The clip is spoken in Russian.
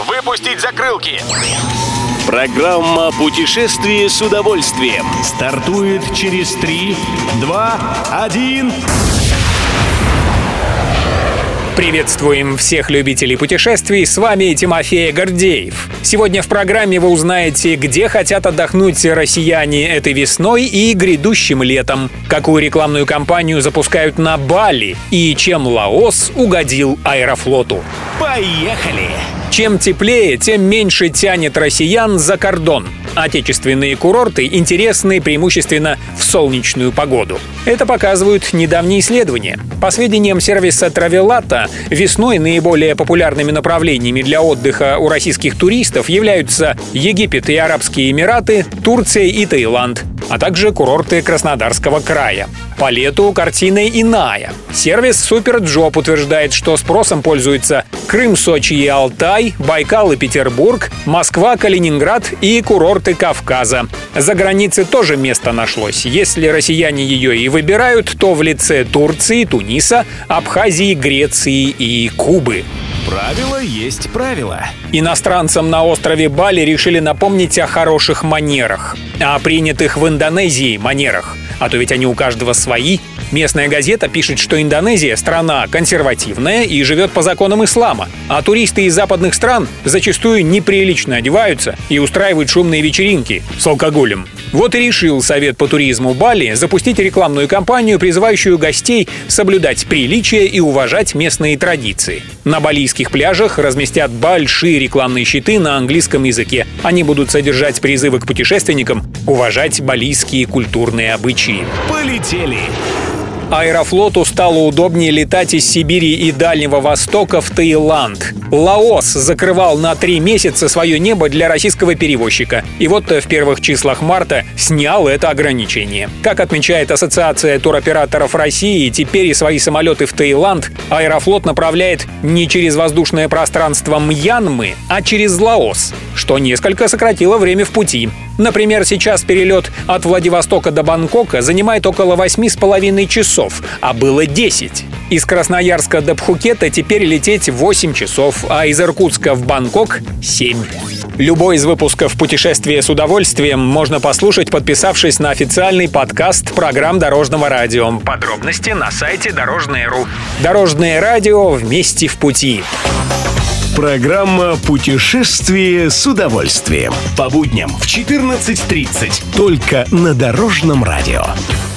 Выпустить закрылки. Программа «Путешествие с удовольствием» стартует через 3, 2, 1... Приветствуем всех любителей путешествий, с вами Тимофей Гордеев. Сегодня в программе вы узнаете, где хотят отдохнуть россияне этой весной и грядущим летом, какую рекламную кампанию запускают на Бали и чем Лаос угодил Аэрофлоту. Поехали! Чем теплее, тем меньше тянет россиян за кордон. Отечественные курорты интересны преимущественно в солнечную погоду. Это показывают недавние исследования. По сведениям сервиса Travelata, весной наиболее популярными направлениями для отдыха у российских туристов являются Египет и Арабские Эмираты, Турция и Таиланд, а также курорты Краснодарского края. По лету картина иная. Сервис Суперджоп утверждает, что спросом пользуются Крым, Сочи и Алтай, Байкал и Петербург, Москва, Калининград и курорты Кавказа. За границей тоже место нашлось. Если россияне ее и выбирают, то в лице Турции, Туниса, Абхазии, Греции и Кубы. Правило есть правило. Иностранцам на острове Бали решили напомнить о хороших манерах, о принятых в Индонезии манерах. А то ведь они у каждого свои. Местная газета пишет, что Индонезия – страна консервативная и живет по законам ислама, а туристы из западных стран зачастую неприлично одеваются и устраивают шумные вечеринки с алкоголем. Вот и решил Совет по туризму Бали запустить рекламную кампанию, призывающую гостей соблюдать приличия и уважать местные традиции. На балийских пляжах разместят большие рекламные щиты на английском языке. Они будут содержать призывы к путешественникам уважать балийские культурные обычаи. Полетели! Аэрофлоту стало удобнее летать из Сибири и Дальнего Востока в Таиланд. Лаос закрывал на 3 месяца свое небо для российского перевозчика. И вот в первых числах марта снял это ограничение. Как отмечает Ассоциация туроператоров России, теперь и свои самолеты в Таиланд Аэрофлот направляет не через воздушное пространство Мьянмы, а через Лаос, что несколько сократило время в пути. Например, сейчас перелет от Владивостока до Бангкока занимает около 8,5 часов, а было 10. Из Красноярска до Пхукета теперь лететь 8 часов, а из Иркутска в Бангкок — 7. Любой из выпусков «Путешествие с удовольствием» можно послушать, подписавшись на официальный подкаст программ Дорожного радио. Подробности на сайте Дорожное.ру. Дорожное радио, вместе в пути. Программа «Путешествие с удовольствием». По будням в 14:30. Только на Дорожном радио.